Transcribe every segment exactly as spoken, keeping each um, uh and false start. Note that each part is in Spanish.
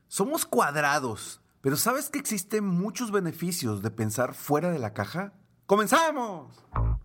Somos cuadrados, pero ¿sabes que existen muchos beneficios de pensar fuera de la caja? ¡Comenzamos!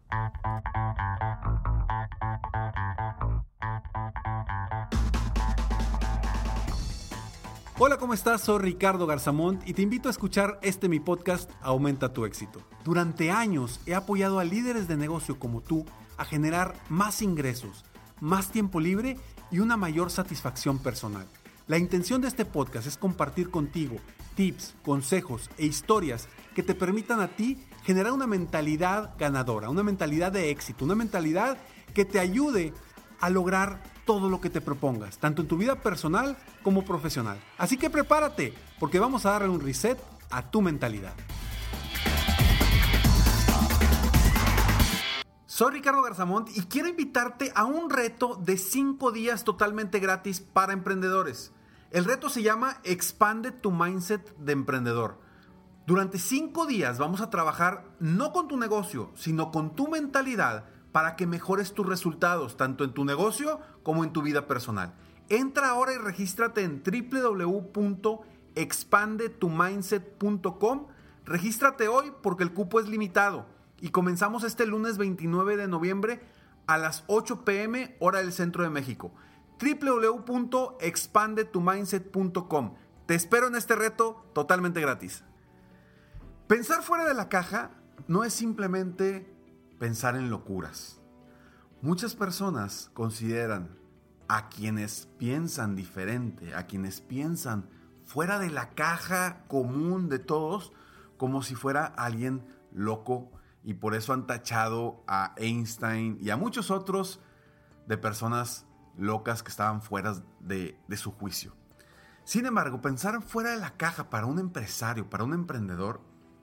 Hola, ¿cómo estás? Soy Ricardo Garzamont y te invito a escuchar este mi podcast Aumenta tu éxito. Durante años he apoyado a líderes de negocio como tú a generar más ingresos, más tiempo libre y una mayor satisfacción personal. La intención de este podcast es compartir contigo tips, consejos e historias que te permitan a ti generar una mentalidad ganadora, una mentalidad de éxito, una mentalidad que te ayude a lograr todo lo que te propongas, tanto en tu vida personal como profesional. Así que prepárate, porque vamos a darle un reset a tu mentalidad. Soy Ricardo Garzamont y quiero invitarte a un reto de cinco días totalmente gratis para emprendedores. El reto se llama Expande tu Mindset de Emprendedor. Durante cinco días vamos a trabajar no con tu negocio, sino con tu mentalidad para que mejores tus resultados, tanto en tu negocio como en tu vida personal. Entra ahora y regístrate en doble u doble u doble u punto expande tu mindset punto com. Regístrate hoy porque el cupo es limitado. Y comenzamos este lunes veintinueve de noviembre a las ocho pm hora del centro de México. doble u doble u doble u punto expande tu mindset punto com. Te espero en este reto totalmente gratis. Pensar fuera de la caja no es simplemente pensar en locuras. Muchas personas consideran a quienes piensan diferente, a quienes piensan fuera de la caja común de todos, como si fuera alguien loco. Y por eso han tachado a Einstein y a muchos otros de personas locas que estaban fuera de, de su juicio. Sin embargo, pensar fuera de la caja para un empresario, para un emprendedor,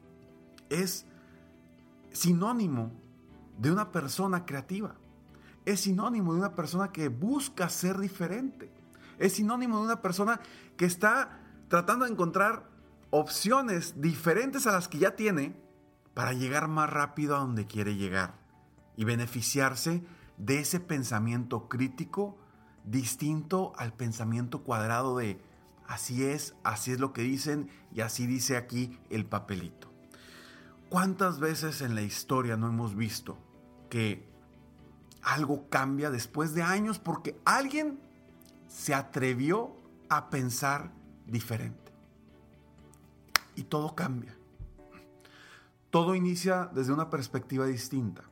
es sinónimo de una persona creativa. Es sinónimo de una persona que busca ser diferente. Es sinónimo de una persona que está tratando de encontrar opciones diferentes a las que ya tiene para llegar más rápido a donde quiere llegar y beneficiarse de ese pensamiento crítico distinto al pensamiento cuadrado de así es, así es lo que dicen y así dice aquí el papelito. ¿Cuántas veces en la historia no hemos visto que algo cambia después de años porque alguien se atrevió a pensar diferente? Y todo cambia. Todo inicia desde una perspectiva distinta.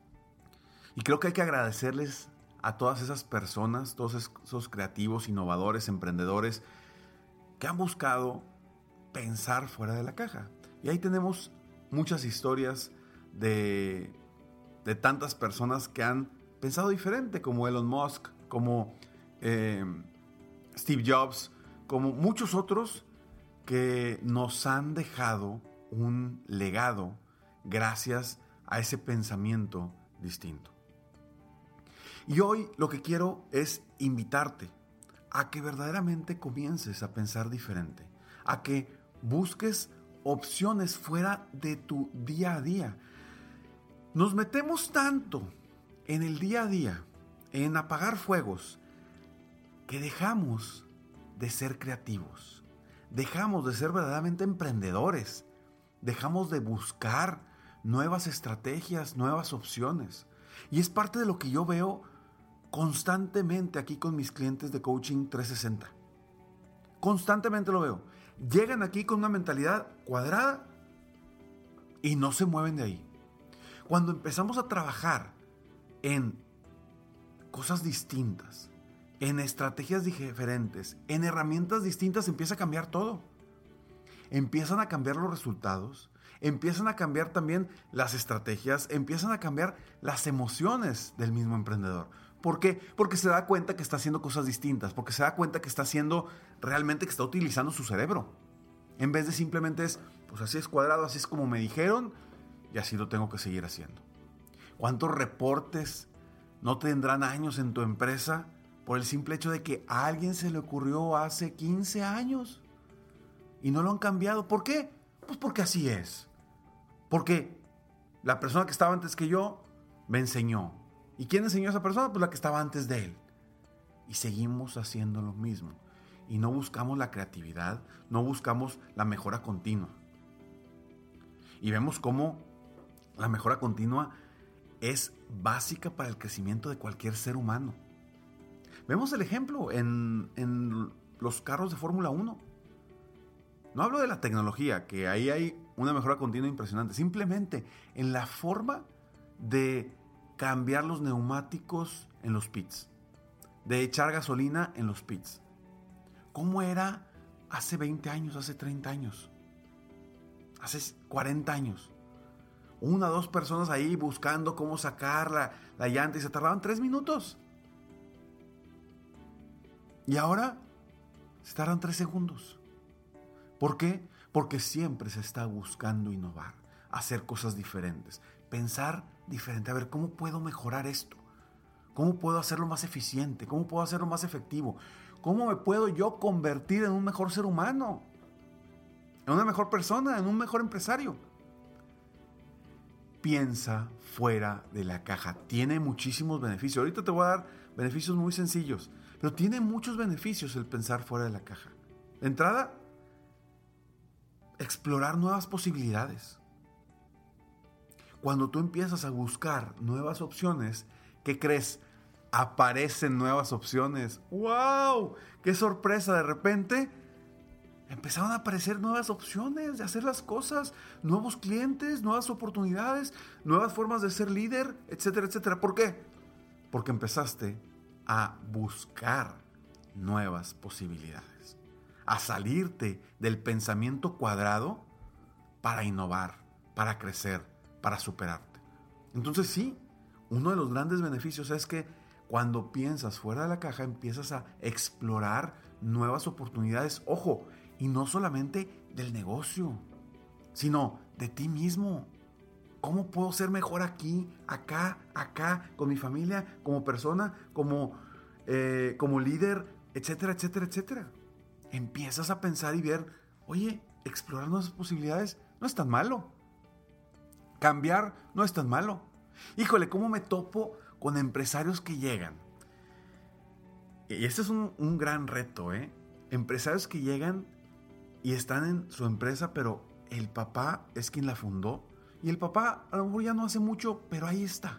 Y creo que hay que agradecerles a todas esas personas, todos esos creativos, innovadores, emprendedores que han buscado pensar fuera de la caja. Y ahí tenemos muchas historias de, de tantas personas que han pensado diferente, como Elon Musk, como eh, Steve Jobs, como muchos otros que nos han dejado un legado gracias a ese pensamiento distinto. Y hoy lo que quiero es invitarte a que verdaderamente comiences a pensar diferente, a que busques opciones fuera de tu día a día. Nos metemos tanto en el día a día, en apagar fuegos, que dejamos de ser creativos, dejamos de ser verdaderamente emprendedores, dejamos de buscar nuevas estrategias, nuevas opciones. Y es parte de lo que yo veo constantemente aquí con mis clientes de Coaching trescientos sesenta. Constantemente lo veo. Llegan aquí con una mentalidad cuadrada y no se mueven de ahí. Cuando empezamos a trabajar en cosas distintas, en estrategias diferentes, en herramientas distintas, empieza a cambiar todo. Empiezan a cambiar los resultados, empiezan a cambiar también las estrategias, empiezan a cambiar las emociones del mismo emprendedor. ¿Por qué? Porque se da cuenta que está haciendo cosas distintas, porque se da cuenta que está haciendo realmente, que está utilizando su cerebro. En vez de simplemente es, pues así es cuadrado, así es como me dijeron y así lo tengo que seguir haciendo. ¿Cuántos reportes no tendrán años en tu empresa por el simple hecho de que a alguien se le ocurrió hace quince años y no lo han cambiado? ¿Por qué? Pues porque así es. Porque la persona que estaba antes que yo me enseñó. ¿Y quién enseñó a esa persona? Pues la que estaba antes de él. Y seguimos haciendo lo mismo. y no buscamos la creatividad, no buscamos la mejora continua. Y vemos cómo la mejora continua es básica para el crecimiento de cualquier ser humano. Vemos el ejemplo en, en los carros de Fórmula uno. No hablo de la tecnología, que ahí hay una mejora continua impresionante. Simplemente en la forma de cambiar los neumáticos en los pits, de echar gasolina en los pits. ¿Cómo era hace veinte años, hace treinta años, hace cuarenta años? Una o dos personas ahí buscando cómo sacar la, la llanta y se tardaban tres minutos. Y ahora se tardan tres segundos. ¿Por qué? Porque siempre se está buscando innovar, hacer cosas diferentes, pensar diferente. A ver, ¿cómo puedo mejorar esto? ¿Cómo puedo hacerlo más eficiente? ¿Cómo puedo hacerlo más efectivo? ¿Cómo me puedo yo convertir en un mejor ser humano? En una mejor persona, en un mejor empresario. Piensa fuera de la caja. Tiene muchísimos beneficios. Ahorita te voy a dar beneficios muy sencillos, pero tiene muchos beneficios el pensar fuera de la caja. De entrada, explorar nuevas posibilidades. Cuando tú empiezas a buscar nuevas opciones, ¿qué crees? Aparecen nuevas opciones. ¡Wow! ¡Qué sorpresa! De repente empezaron a aparecer nuevas opciones de hacer las cosas, nuevos clientes, nuevas oportunidades, nuevas formas de ser líder, etcétera, etcétera. ¿Por qué? Porque empezaste a buscar nuevas posibilidades, a salirte del pensamiento cuadrado para innovar, para crecer, para superarte. Entonces sí, uno de los grandes beneficios es que cuando piensas fuera de la caja empiezas a explorar nuevas oportunidades. Ojo, y no solamente del negocio, sino de ti mismo. ¿Cómo puedo ser mejor aquí, acá, acá, con mi familia, como persona, como, eh, como líder, etcétera, etcétera, etcétera? Empiezas a pensar y ver, oye, explorar nuevas posibilidades no es tan malo. Cambiar no es tan malo. Híjole, ¿cómo me topo con empresarios que llegan? Y este es un, un gran reto, ¿eh? Empresarios que llegan y están en su empresa, pero el papá es quien la fundó. Y el papá a lo mejor ya no hace mucho, pero ahí está.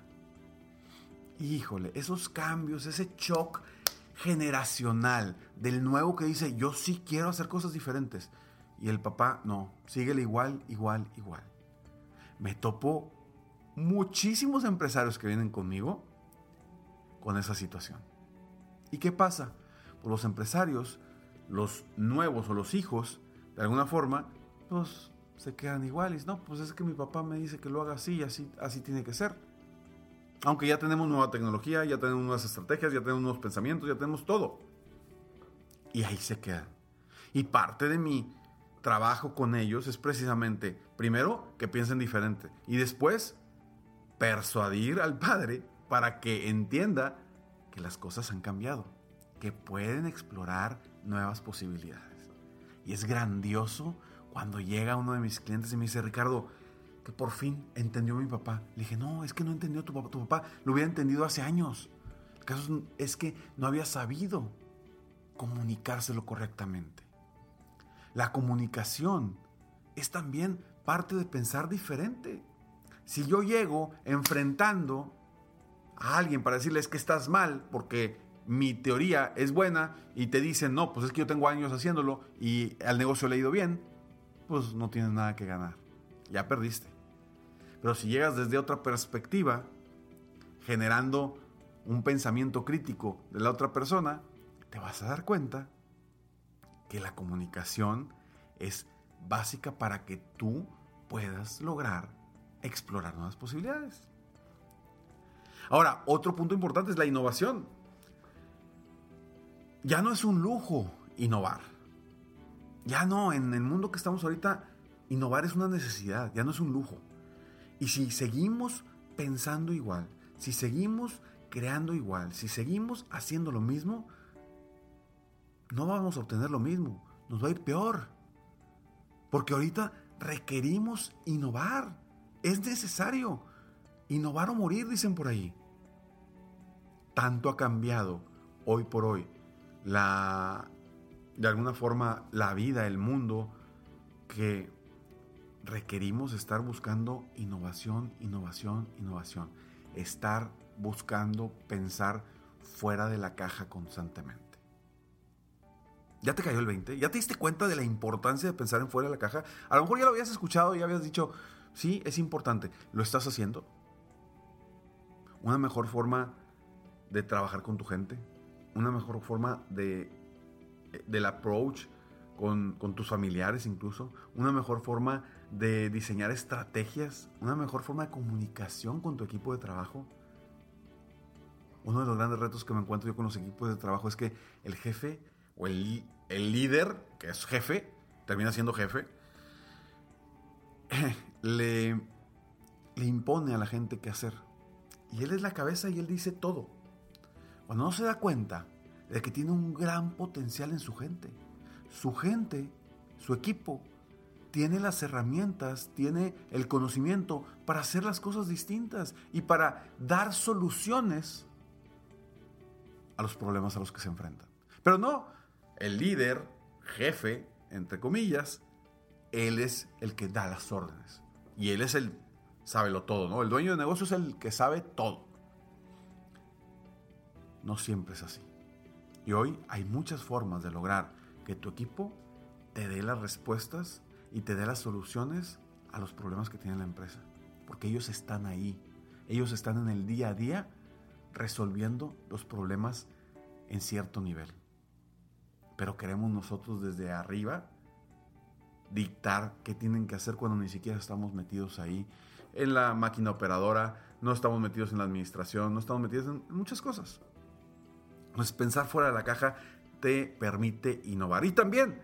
Híjole, esos cambios, ese shock generacional del nuevo que dice, yo sí quiero hacer cosas diferentes. Y el papá, no, síguele igual, igual, igual. Me topo muchísimos empresarios que vienen conmigo con esa situación. ¿Y qué pasa? Pues los empresarios, los nuevos o los hijos, de alguna forma, pues se quedan iguales. No, pues es que mi papá me dice que lo haga así y así, así tiene que ser. Aunque ya tenemos nueva tecnología, ya tenemos nuevas estrategias, ya tenemos nuevos pensamientos, ya tenemos todo. Y ahí se quedan. Y parte de mi trabajo con ellos es precisamente, primero, que piensen diferente. Y después, persuadir al padre para que entienda que las cosas han cambiado, que pueden explorar nuevas posibilidades. Y es grandioso cuando llega uno de mis clientes y me dice, Ricardo, que por fin entendió mi papá. Le dije, no, es que no entendió tu papá. Tu papá lo hubiera entendido hace años. El caso es que no había sabido comunicárselo correctamente. La comunicación es también parte de pensar diferente. Si yo llego enfrentando a alguien para decirles que estás mal porque mi teoría es buena y te dicen, no, pues es que yo tengo años haciéndolo y al negocio le ha ido bien, pues no tienes nada que ganar. Ya perdiste. Pero si llegas desde otra perspectiva, generando un pensamiento crítico de la otra persona, te vas a dar cuenta que la comunicación es básica para que tú puedas lograr explorar nuevas posibilidades. Ahora, otro punto importante es la innovación. Ya no es un lujo innovar. Ya no, en el mundo que estamos ahorita, innovar es una necesidad, ya no es un lujo. Y si seguimos pensando igual, si seguimos creando igual, si seguimos haciendo lo mismo, no vamos a obtener lo mismo, nos va a ir peor. Porque ahorita requerimos innovar, es necesario. Innovar o morir, dicen por ahí. Tanto ha cambiado hoy por hoy la de alguna forma la vida, el mundo, que requerimos estar buscando innovación, innovación, innovación. Estar buscando pensar fuera de la caja constantemente. ¿Ya te cayó el veinte? ¿Ya te diste cuenta de la importancia de pensar en fuera de la caja? A lo mejor ya lo habías escuchado y ya habías dicho, sí, es importante. ¿Lo estás haciendo? Una mejor forma de trabajar con tu gente. Una mejor forma de, del approach con, con tus familiares incluso. Una mejor forma de diseñar estrategias. Una mejor forma de comunicación con tu equipo de trabajo. Uno de los grandes retos que me encuentro yo con los equipos de trabajo es que el jefe o el, el líder, que es jefe, termina siendo jefe, le, le impone a la gente qué hacer. Y él es la cabeza y él dice todo. Cuando no se da cuenta de que tiene un gran potencial en su gente. Su gente, su equipo, tiene las herramientas, tiene el conocimiento para hacer las cosas distintas y para dar soluciones a los problemas a los que se enfrentan. Pero no, el líder, jefe, entre comillas, él es el que da las órdenes. Y él es el sábelo todo, ¿no? El dueño de negocio es el que sabe todo. No siempre es así. Y hoy hay muchas formas de lograr que tu equipo te dé las respuestas y te dé las soluciones a los problemas que tiene la empresa. Porque ellos están ahí. Ellos están en el día a día resolviendo los problemas en cierto nivel. Pero queremos nosotros desde arriba dictar qué tienen que hacer cuando ni siquiera estamos metidos ahí en la máquina operadora, no estamos metidos en la administración, no estamos metidos en muchas cosas. Entonces, pensar fuera de la caja te permite innovar y también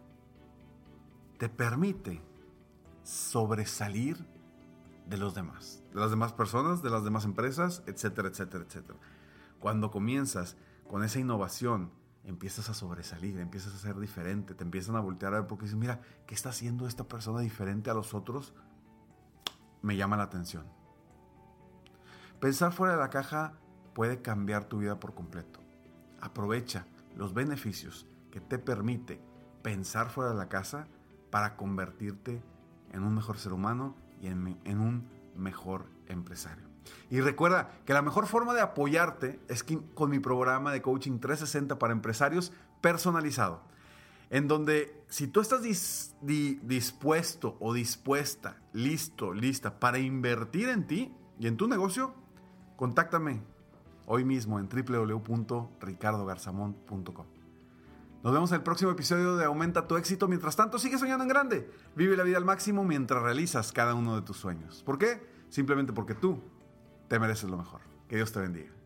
te permite sobresalir de los demás, de las demás personas, de las demás empresas, etcétera, etcétera, etcétera. Cuando comienzas con esa innovación, empiezas a sobresalir, empiezas a ser diferente, te empiezan a voltear a ver porque dices, mira, ¿qué está haciendo esta persona diferente a los otros? Me llama la atención. Pensar fuera de la caja puede cambiar tu vida por completo. Aprovecha los beneficios que te permite pensar fuera de la caja para convertirte en un mejor ser humano y en, en un mejor empresario. Y recuerda que la mejor forma de apoyarte es que, con mi programa de coaching trescientos sesenta para empresarios personalizado, en donde si tú estás dis, di, dispuesto o dispuesta, listo, lista para invertir en ti y en tu negocio, contáctame hoy mismo en doble u doble u doble u punto ricardo garzamont punto com. Nos vemos en el próximo episodio de Aumenta tu éxito. Mientras tanto, sigue soñando en grande. Vive la vida al máximo mientras realizas cada uno de tus sueños. ¿Por qué? Simplemente porque tú te mereces lo mejor. Que Dios te bendiga.